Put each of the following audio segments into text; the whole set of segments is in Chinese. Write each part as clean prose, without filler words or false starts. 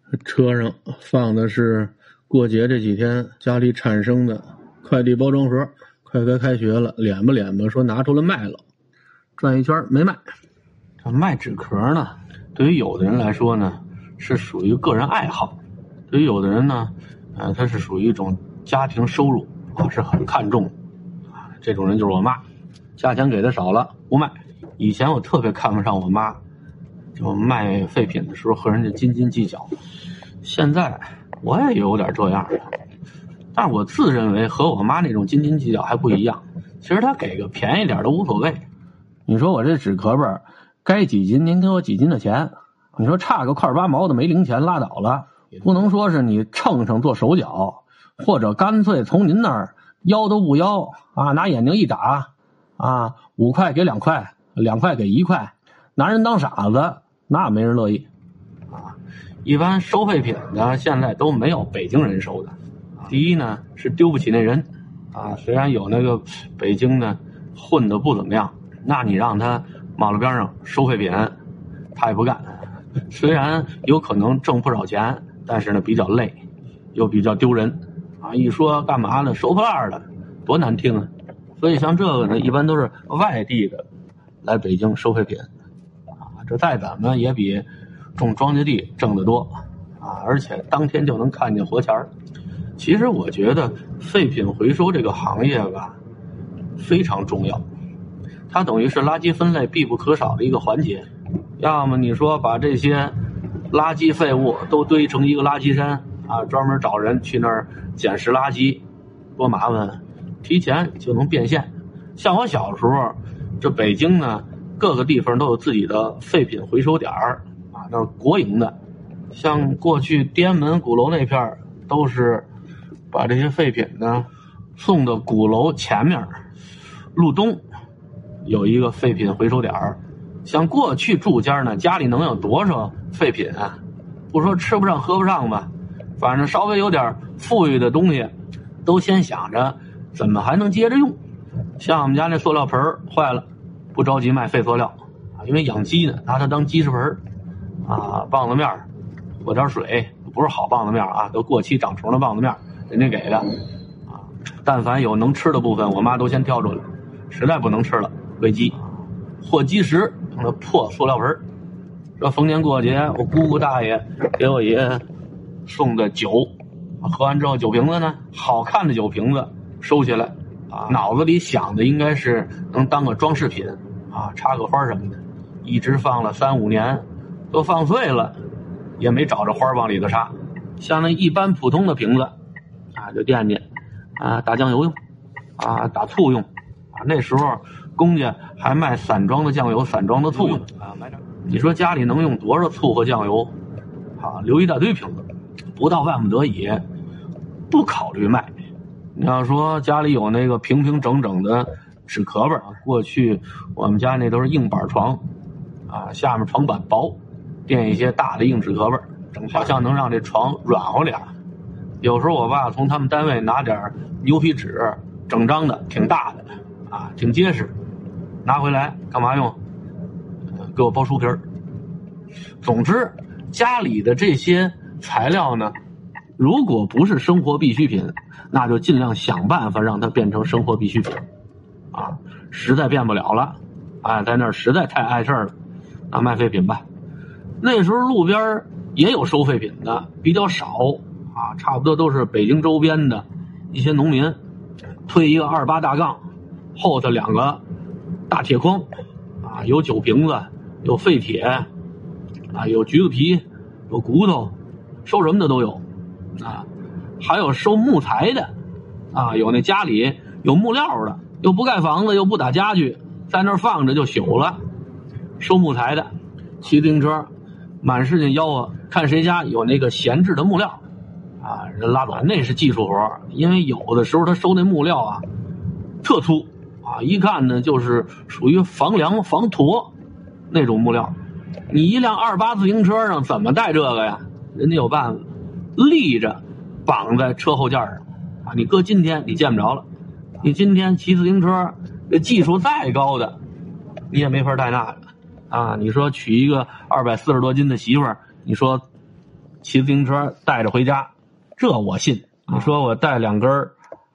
车上放的是过节这几天家里产生的快递包装盒，快该开学了，敛吧敛吧，说拿出来卖了，转一圈没卖。这卖纸壳呢，对于有的人来说呢，是属于个人爱好；对于有的人呢，它是属于一种家庭收入啊，是很看重啊。这种人就是我妈，价钱给的少了不卖。以前我特别看不上我妈，就卖废品的时候和人家斤斤计较。现在我也有点这样的，但是我自认为和我妈那种斤斤计较还不一样。其实他给个便宜点都无所谓。你说我这纸壳本该几斤您给我几斤的钱，你说差个块8毛的没零钱拉倒了，不能说是你秤上做手脚，或者干脆从您那儿要都不要啊，拿眼睛一眨啊，5块给2块，2块给1块，拿人当傻子，那没人乐意啊。一般收废品的现在都没有北京人收的。第一呢是丢不起那人啊，虽然有那个北京的混的不怎么样，那你让他马路边上收废品他也不干，虽然有可能挣不少钱，但是呢比较累又比较丢人啊。一说干嘛呢，收破烂的多难听啊。所以像这个呢一般都是外地的来北京收废品啊，这再怎么也比种庄稼地挣得多啊，而且当天就能看见活钱儿。其实我觉得废品回收这个行业吧非常重要，它等于是垃圾分类必不可少的一个环节。要么你说把这些垃圾废物都堆成一个垃圾山啊，专门找人去那儿捡拾垃圾，多麻烦，提前就能变现。像我小时候这北京呢各个地方都有自己的废品回收点啊，那是国营的。像过去天安门鼓楼那片都是把这些废品呢送到鼓楼前面路东有一个废品回收点。像过去住家呢家里能有多少废品啊，不说吃不上喝不上吧，反正稍微有点富裕的东西都先想着怎么还能接着用。像我们家那塑料盆坏了，不着急卖废塑料啊，因为养鸡呢拿它当鸡食盆啊，棒子面和点水，不是好棒子面啊，都过期长虫的棒子面人家给的啊。但凡有能吃的部分我妈都先挑出来，实在不能吃了喂鸡。和鸡食那破塑料盆，这逢年过节我姑姑大爷给我爷送的酒，喝完之后酒瓶子呢好看的酒瓶子收起来啊，脑子里想的应该是能当个装饰品啊，插个花什么的，一直放了3、5年都放碎了也没找着花往里头插。像那一般普通的瓶子啊就惦记啊打酱油用啊，打醋用啊，那时候公家还卖散装的酱油散装的醋用啊，买点。你说家里能用多少醋和酱油啊，留一大堆瓶子，不到万不得已不考虑卖。你要说家里有那个平平整整的纸壳本啊，过去我们家那都是硬板床啊，下面床板薄，垫一些大的硬纸壳本，好像能让这床软和点。有时候我爸从他们单位拿点牛皮纸，整张的挺大的啊，挺结实，拿回来干嘛用？给我包书皮儿。总之家里的这些材料呢，如果不是生活必需品，那就尽量想办法让它变成生活必需品啊。实在变不了了，哎，在那儿实在太碍事儿了，那卖废品吧。那时候路边也有收废品的，比较少啊，差不多都是北京周边的一些农民推一个28大杠，后头2个大铁筐啊，有酒瓶子，有废铁啊，有橘子皮，有骨头，收什么的都有啊。还有收木材的啊，有那家里有木料的，又不盖房子又不打家具，在那儿放着就朽了，收木材的骑自行车满世界吆喝，看谁家有那个闲置的木料啊，人拉走，那是技术活。因为有的时候他收那木料啊特粗啊，一看呢就是属于防梁防驼那种木料，你一辆28自行车上怎么带这个呀？人家有办法立着绑在车后件上啊，你搁今天你见不着了。你今天骑自行车这技术再高的你也没法带那个啊。你说娶一个240多斤的媳妇儿，你说骑自行车带着回家，这我信。你说我带2根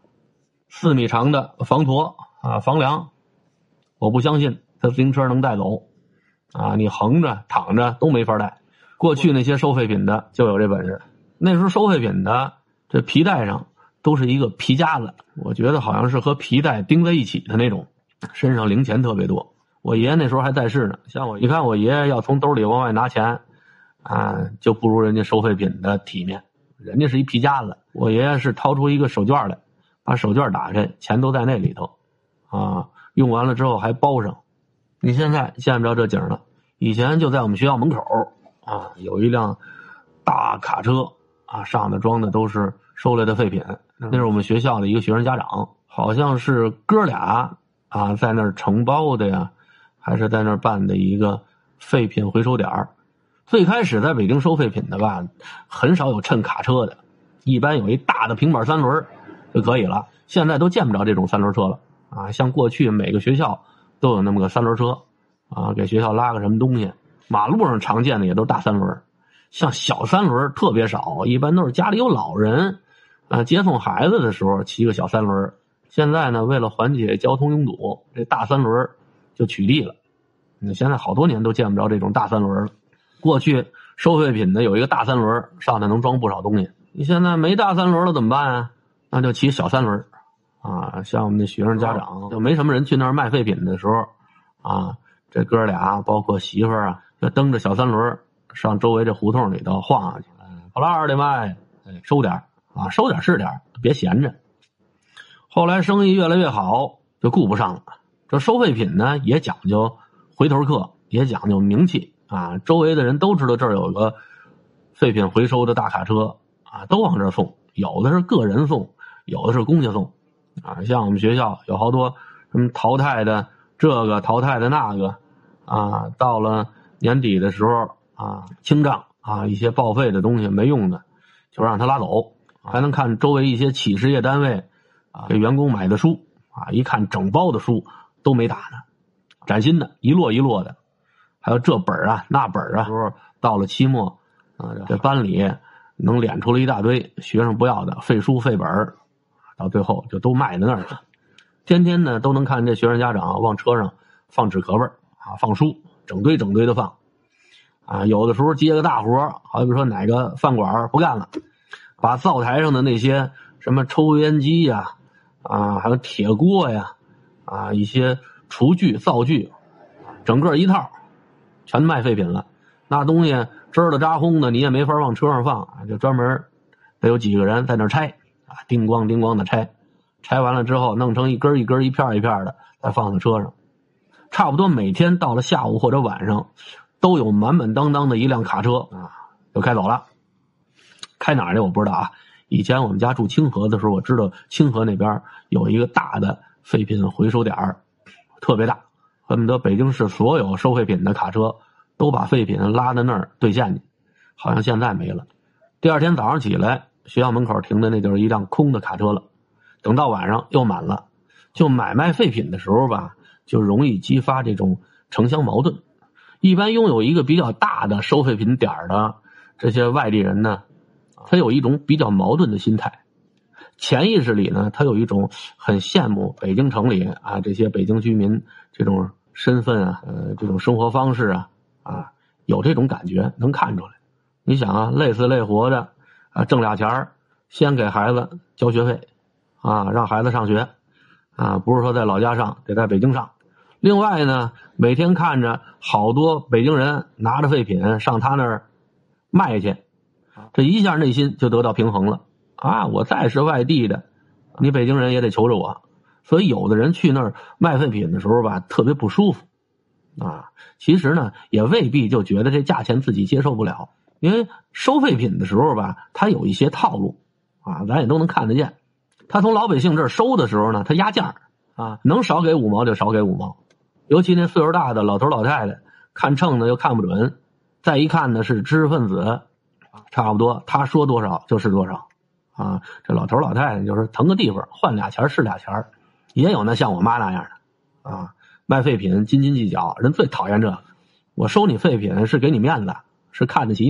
4米长的防驼防梁，我不相信他自行车能带走你横着躺着都没法带。过去那些收废品的就有这本事，那时候收废品的这皮带上都是一个皮夹子，我觉得好像是和皮带钉在一起的那种，身上零钱特别多。我爷爷那时候还在世呢，像你看我爷爷要从兜里往外拿钱就不如人家收废品的体面，人家是一皮夹子，我爷爷是掏出一个手绢来，把手绢打开，钱都在那里头用完了之后还包上。你现在见不着这景了，以前就在我们学校门口有一辆大卡车上面装的都是收来的废品，那是我们学校的一个学生家长，好像是哥俩在那儿承包的呀，还是在那儿办的一个废品回收点。最开始在北京收废品的吧，很少有趁卡车的，一般有一大的平板3轮就可以了。现在都见不着这种3轮车了像过去每个学校都有那么个3轮车给学校拉个什么东西。马路上常见的也都是大3轮，像小3轮特别少，一般都是家里有老人接送孩子的时候骑个小3轮。现在呢，为了缓解交通拥堵，这大3轮就取缔了。现在好多年都见不着这种大3轮了。过去收废品的有一个大3轮，上头能装不少东西。你现在没大3轮了怎么办那就骑小3轮像我们的学生家长就没什么人去那儿卖废品的时候这哥俩包括媳妇儿就蹬着小3轮上周围这胡同里头晃上去，跑烂的卖，收点收点是点，别闲着。后来生意越来越好，就顾不上了。这收废品呢也讲究回头客，也讲究名气周围的人都知道这儿有个废品回收的大卡车都往这儿送，有的是个人送，有的是公家送像我们学校有好多什么淘汰的这个淘汰的那个到了年底的时候清账一些报废的东西没用的就让他拉走。还能看周围一些企事业单位给员工买的书一看整包的书都没打呢，崭新的一摞一摞的。还有这本那本时候到了期末这班里能敛出了一大堆学生不要的废书废本，到最后就都卖在那儿了。天天呢都能看这学生家长往车上放纸壳儿放书，整堆整堆的放有的时候接个大活，好比说哪个饭馆不干了，把灶台上的那些什么抽油烟机还有铁锅一些厨具灶具整个一套全卖废品了。那东西支的扎轰的你也没法往车上放就专门得有几个人在那拆叮咣叮咣的拆完了之后弄成一根一根一片一片的再放在车上。差不多每天到了下午或者晚上都有满满当当的一辆卡车就开走了。开哪儿去我不知道以前我们家住清河的时候，我知道清河那边有一个大的废品回收点特别大，恨不得北京市所有收废品的卡车都把废品拉到那儿兑现去，好像现在没了。第二天早上起来，学校门口停的那就是一辆空的卡车了，等到晚上又满了。就买卖废品的时候吧，就容易激发这种城乡矛盾。一般拥有一个比较大的收废品点的这些外地人呢，他有一种比较矛盾的心态，潜意识里呢，他有一种很羡慕北京城里这些北京居民这种身份这种生活方式有这种感觉，能看出来。你想累死累活的挣俩钱先给孩子交学费让孩子上学不是说在老家上，得在北京上。另外呢，每天看着好多北京人拿着废品上他那儿卖去，这一下内心就得到平衡了我再是外地的，你北京人也得求着我。所以有的人去那儿卖废品的时候吧，特别不舒服其实呢也未必就觉得这价钱自己接受不了，因为收废品的时候吧，他有一些套路咱也都能看得见。他从老百姓这儿收的时候呢，他压价能少给5毛就少给5毛。尤其那岁数大的老头老太太，看秤呢又看不准，再一看呢是知识分子，差不多他说多少就是多少这老头老太太就是腾个地方换俩钱是俩钱。也有那像我妈那样的卖废品斤斤计较，人最讨厌这个。我收你废品是给你面子，是看得起你，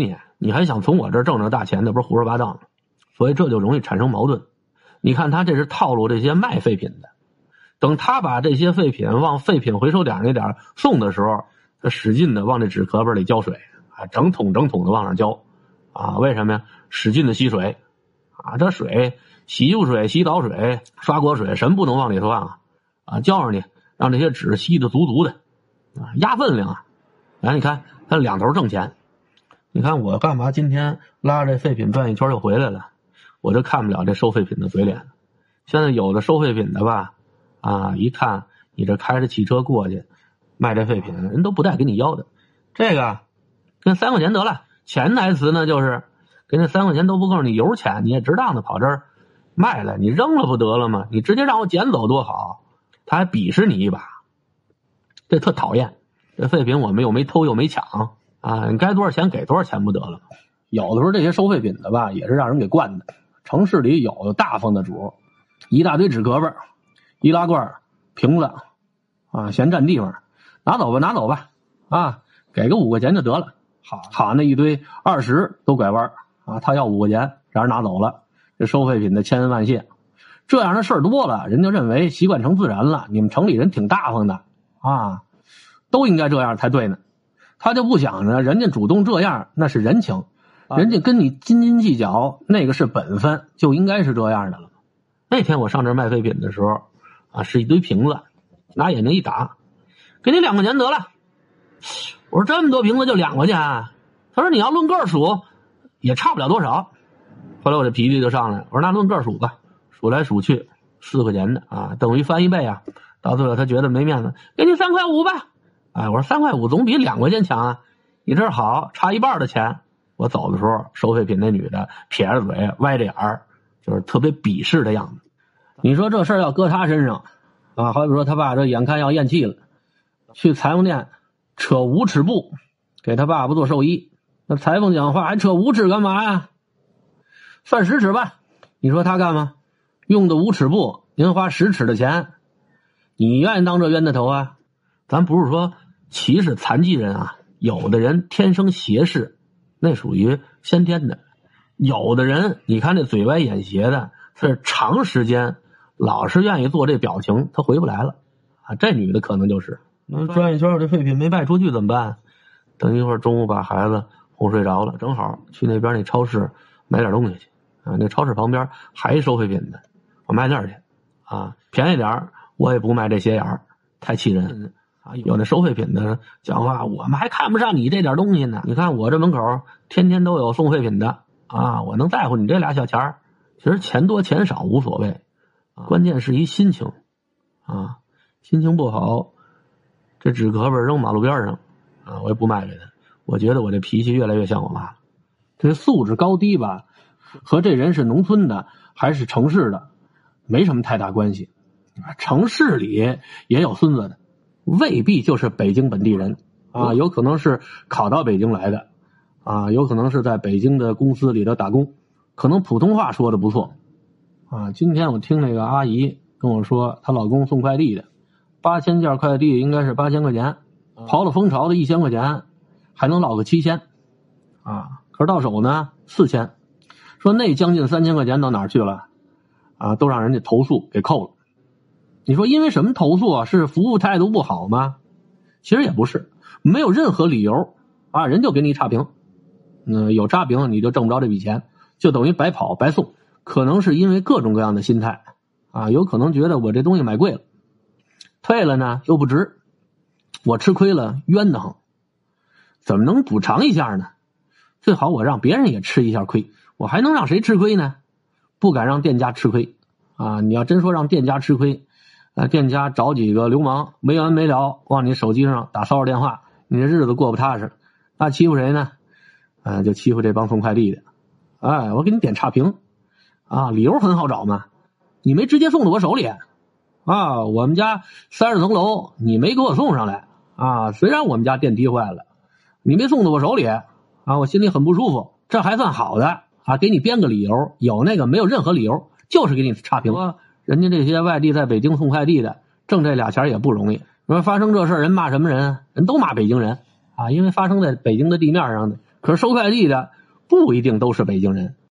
你还想从我这儿挣着大钱，那不是胡说八道吗？所以这就容易产生矛盾。你看他这是套路这些卖废品的，等他把这些废品往废品回收点那点送的时候，他使劲的往这纸壳本里浇水啊，整桶的往上浇啊，为什么呀？使劲的吸水啊，这水洗衣服水、洗澡水、刷锅水什么不能往里头放啊，浇上去让这些纸吸得足足的啊，压分量啊。你看他两头挣钱。你看我干嘛今天拉着这废品转一圈又回来了，我就看不了这收废品的嘴脸。现在有的收废品的吧啊，一看你这开着汽车过去卖这废品，人都不带给你要的，这个跟3块钱得了。潜台词呢就是给那3块钱都不够你油钱，你也值当的跑这儿卖了，你扔了不得了吗？你直接让我捡走多好，他还鄙视你一把，这特讨厌。这废品我们又没偷又没抢啊，你该多少钱给多少钱不得了。有的时候这些收废品的吧也是让人给惯的。城市里有大方的主，一大堆纸壳子、易拉罐、瓶子啊，嫌占地方，拿走吧啊，给个5块钱就得了。好那一堆20都拐弯啊，他要5块钱让人拿走了，这收废品的千恩万谢。这样的事儿多了，人就认为习惯成自然了，你们城里人挺大方的啊，都应该这样才对呢。他就不想着人家主动这样那是人情，人家跟你斤斤计较那个是本分，就应该是这样的了。那天我上这儿卖废品的时候啊，是一堆瓶子，拿眼睛一打，给你2块钱得了。我说这么多瓶子就2块钱，他说你要论个数也差不了多少。后来我这脾气就上来了，我说那论个数吧，数来数去4块钱的啊，等于翻1倍啊。到最后他觉得没面子，给你3块5吧。哎，我说3块5总比2块钱强啊，你这好，差一半的钱。我走的时候，收废品那女的撇着嘴歪着眼儿，就是特别鄙视的样子。你说这事儿要搁他身上啊，好比说他爸这眼看要咽气了，去裁缝店扯5尺布给他爸爸做寿衣，那裁缝讲话还扯5尺干嘛呀？算10尺吧。你说他干嘛？用的5尺布，您花10尺的钱，你愿意当这冤大头啊？咱不是说歧视残疾人啊，有的人天生斜视，那属于先天的。有的人你看这嘴歪眼斜的，是长时间老是愿意做这表情，他回不来了啊。这女的可能就是转一圈，我这废品没卖出去怎么办？等一会儿中午把孩子哄睡着了，正好去那边那超市买点东西去啊。那超市旁边还收废品的，我卖那儿去啊，便宜点我也不卖这斜眼儿，太气人啊！有那收废品的讲话，我们还看不上你这点东西呢。你看我这门口天天都有送废品的啊，我能在乎你这俩小钱儿？其实钱多钱少无所谓，关键是一心情啊，心情不好，这纸壳本扔马路边上啊，我也不卖给他。我觉得我这脾气越来越像我妈了。这素质高低吧，和这人是农村的还是城市的没什么太大关系。城市里也有孙子的，未必就是北京本地人啊，有可能是考到北京来的啊，有可能是在北京的公司里头打工，可能普通话说的不错啊。今天我听那个阿姨跟我说，她老公送快递的，8000件快递应该是8000块钱，刨了蜂巢的1000块钱，还能落个7000啊，可是到手呢4000，说那将近3000块钱到哪儿去了啊？都让人家投诉给扣了。你说因为什么投诉啊？是服务态度不好吗？其实也不是，没有任何理由啊，人就给你差评。有差评你就挣不着这笔钱，就等于白跑白送。可能是因为各种各样的心态啊，有可能觉得我这东西买贵了，退了呢又不值，我吃亏了冤得慌，怎么能补偿一下呢？最好我让别人也吃一下亏，我还能让谁吃亏呢？不敢让店家吃亏啊！你要真说让店家吃亏，店家找几个流氓没完没了往你手机上打骚扰电话，你这日子过不踏实。那欺负谁呢？就欺负这帮送快递的。我给你点差评啊，理由很好找嘛，你没直接送到我手里啊，我们家30层楼你没给我送上来啊，虽然我们家电梯坏了，你没送到我手里啊，我心里很不舒服。这还算好的啊，给你编个理由，有那个没有任何理由，就是给你差评。人家这些外地在北京送快递的挣这俩钱也不容易。你说发生这事人骂什么人？人都骂北京人啊，因为发生在北京的地面上的。可是收快递的不一定都是北京人。